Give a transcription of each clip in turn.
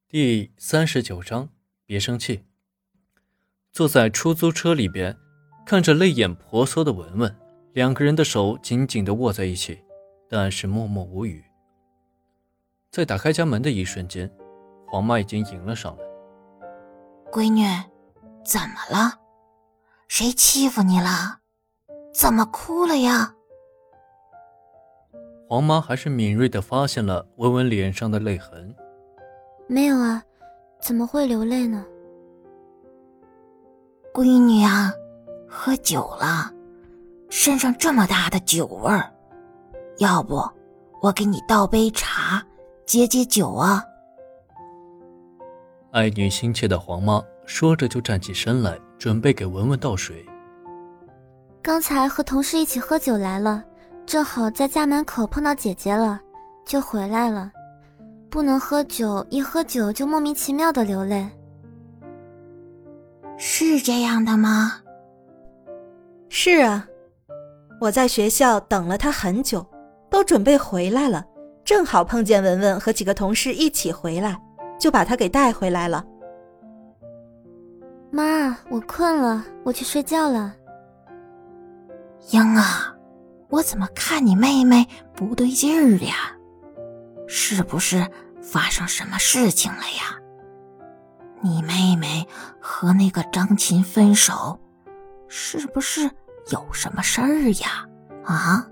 第39章，别生气。坐在出租车里边，看着泪眼婆娑的文文，两个人的手紧紧地握在一起，但是默默无语。在打开家门的一瞬间，黄妈已经迎了上来。 闺女，怎么了？谁欺负你了？怎么哭了呀？ 黄妈还是敏锐地发现了文文脸上的泪痕。 没有啊，怎么会流泪呢？ 闺女啊，喝酒了，身上这么大的酒味儿，要不我给你倒杯茶解解酒啊？ 爱女心切的黄妈说着就站起身来，准备给文文倒水。 刚才和同事一起喝酒来了，正好在家门口碰到姐姐了，就回来了。不能喝酒，一喝酒就莫名其妙的流泪。 是这样的吗？ 是啊，我在学校等了他很久，都准备回来了，正好碰见文文和几个同事一起回来，就把他给带回来了。 妈，我困了，我去睡觉了。 英啊，我怎么看你妹妹不对劲儿呀？是不是发生什么事情了呀？你妹妹和那个张琴分手，是不是有什么事儿呀？啊？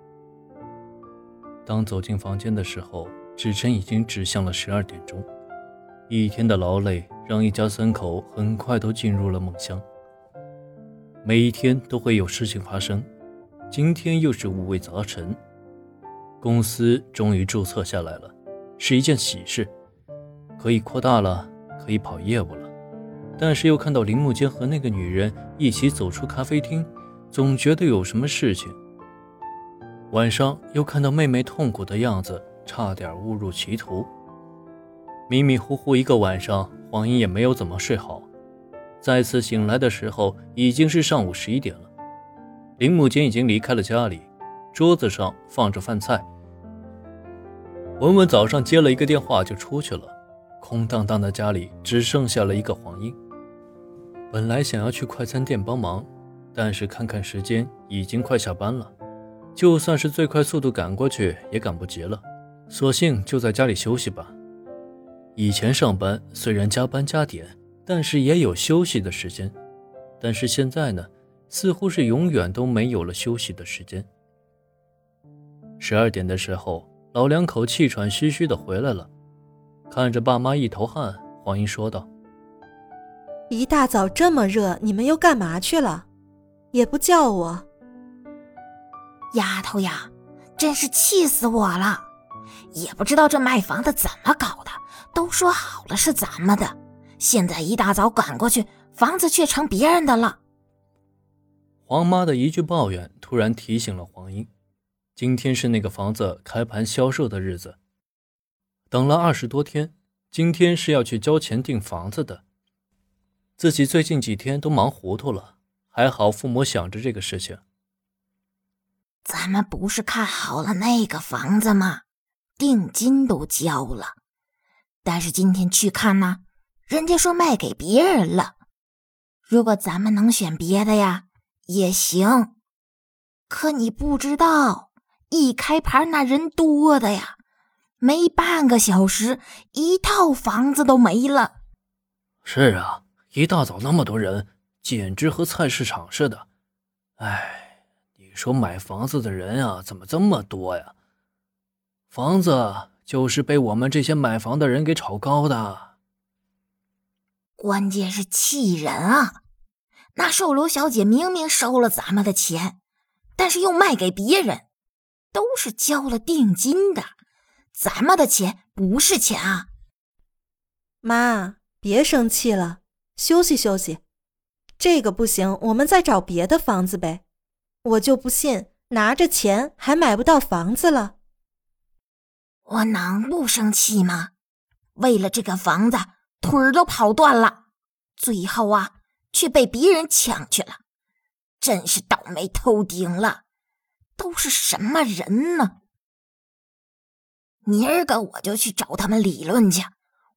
当走进房间的时候，指针已经指向了12点钟。一天的劳累让一家3口很快都进入了梦乡。每一天都会有事情发生，今天又是五味杂陈。公司终于注册下来了，是一件喜事，可以扩大了，可以跑业务了。但是又看到林木间和那个女人一起走出咖啡厅，总觉得有什么事情。晚上又看到妹妹痛苦的样子，差点误入歧途。迷迷糊糊一个晚上，黄英也没有怎么睡好。再次醒来的时候，已经是上午11点了。林木间已经离开了家里，桌子上放着饭菜。文文早上接了一个电话就出去了，空荡荡的家里只剩下了一个黄英。本来想要去快餐店帮忙，但是看看时间已经快下班了，就算是最快速度赶过去也赶不及了，索性就在家里休息吧。以前上班虽然加班加点，但是也有休息的时间，但是现在呢，似乎是永远都没有了休息的时间。12点的时候，老两口气喘吁吁地回来了，看着爸妈一头汗，黄英说道： 一大早这么热，你们又干嘛去了？也不叫我。 丫头呀，真是气死我了，也不知道这卖房的怎么搞的，都说好了是咱们的，现在一大早赶过去，房子却成别人的了。 黄妈的一句抱怨突然提醒了黄英，今天是那个房子开盘销售的日子，等了20多天，今天是要去交钱订房子的。自己最近几天都忙糊涂了，还好父母想着这个事情。 咱们不是看好了那个房子吗？定金都交了，但是今天去看呢，人家说卖给别人了。如果咱们能选别的呀，也行。可你不知道，一开盘那人多的呀，没半个小时，一套房子都没了。 是啊，一大早那么多人，简直和菜市场似的。哎，你说买房子的人啊，怎么这么多呀？房子就是被我们这些买房的人给炒高的。 关键是气人啊！那售楼小姐明明收了咱们的钱，但是又卖给别人，都是交了定金的，咱们的钱不是钱啊！ 妈，别生气了，休息休息。这个不行，我们再找别的房子呗。我就不信拿着钱还买不到房子了。 我能不生气吗？为了这个房子，腿儿都跑断了，最后啊，却被别人抢去了，真是倒霉透顶了。都是什么人呢？明儿个我就去找他们理论去，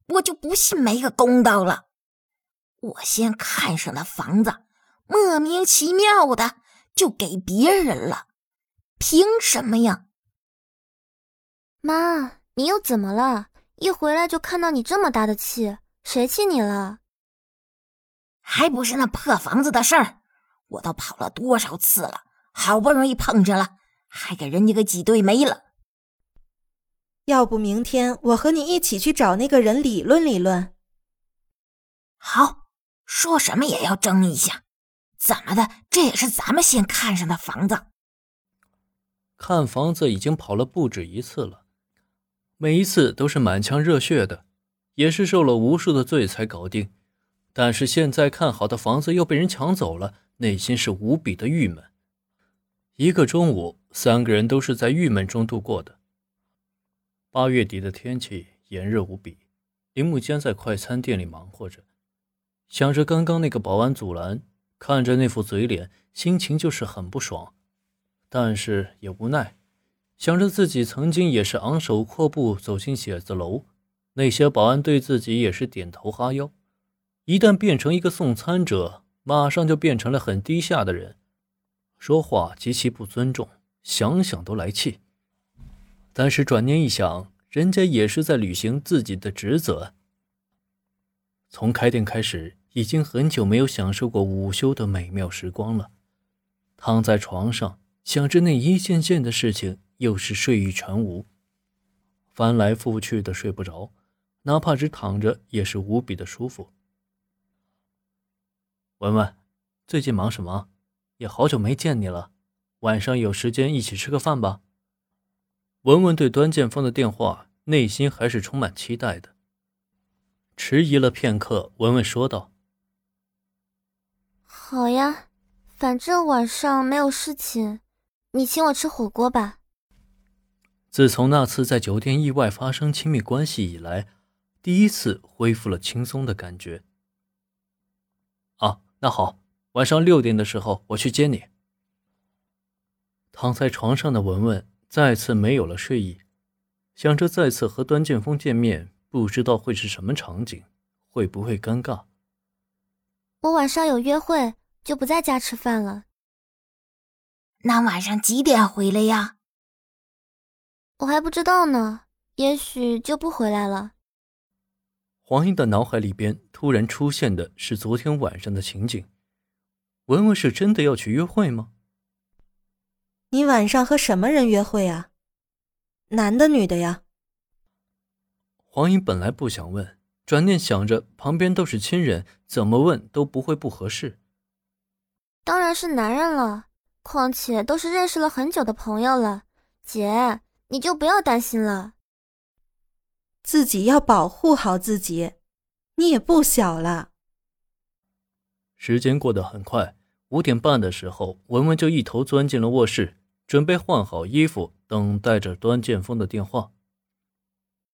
我就不信没个公道了。我先看上的房子，莫名其妙的就给别人了，凭什么呀？ 妈，你又怎么了？一回来就看到你这么大的气，谁气你了？ 还不是那破房子的事儿，我都跑了多少次了，好不容易碰着了，还给人家给挤兑没了。 要不明天我和你一起去找那个人理论理论。 好，说什么也要争一下。怎么的，这也是咱们先看上的房子。 看房子已经跑了不止一次了，每一次都是满腔热血的，也是受了无数的罪才搞定。但是现在看好的房子又被人抢走了，内心是无比的郁闷。一个中午，3个人都是在郁闷中度过的。8月底的天气炎热无比，林木坚在快餐店里忙活着，想着刚刚那个保安阻拦，看着那副嘴脸，心情就是很不爽，但是也无奈，想着自己曾经也是昂首阔步走进写字楼，那些保安对自己也是点头哈腰，一旦变成一个送餐者，马上就变成了很低下的人，说话极其不尊重，想想都来气。但是转念一想，人家也是在履行自己的职责。从开店开始，已经很久没有享受过午休的美妙时光了。躺在床上，想着那一件件的事情，又是睡意全无，翻来覆去的睡不着，哪怕只躺着也是无比的舒服。文文，最近忙什么？也好久没见你了，晚上有时间一起吃个饭吧。文文对端剑锋的电话内心还是充满期待的。迟疑了片刻，文文说道： 好呀，反正晚上没有事情，你请我吃火锅吧。 自从那次在酒店意外发生亲密关系以来，第一次恢复了轻松的感觉。啊，那好，晚上6点的时候我去接你。躺在床上的文文再次没有了睡意，想着再次和端剑锋见面，不知道会是什么场景，会不会尴尬。 我晚上有约会，就不在家吃饭了。 那晚上几点回来呀？ 我还不知道呢，也许就不回来了。 黄英的脑海里边突然出现的是昨天晚上的情景。文文是真的要去约会吗？ 你晚上和什么人约会啊？男的女的呀？ 黄英本来不想问，转念想着旁边都是亲人，怎么问都不会不合适。 当然是男人了，况且都是认识了很久的朋友了。姐，你就不要担心了。 自己要保护好自己，你也不小了。 时间过得很快，5点半的时候，文文就一头钻进了卧室，准备换好衣服，等待着端剑锋的电话。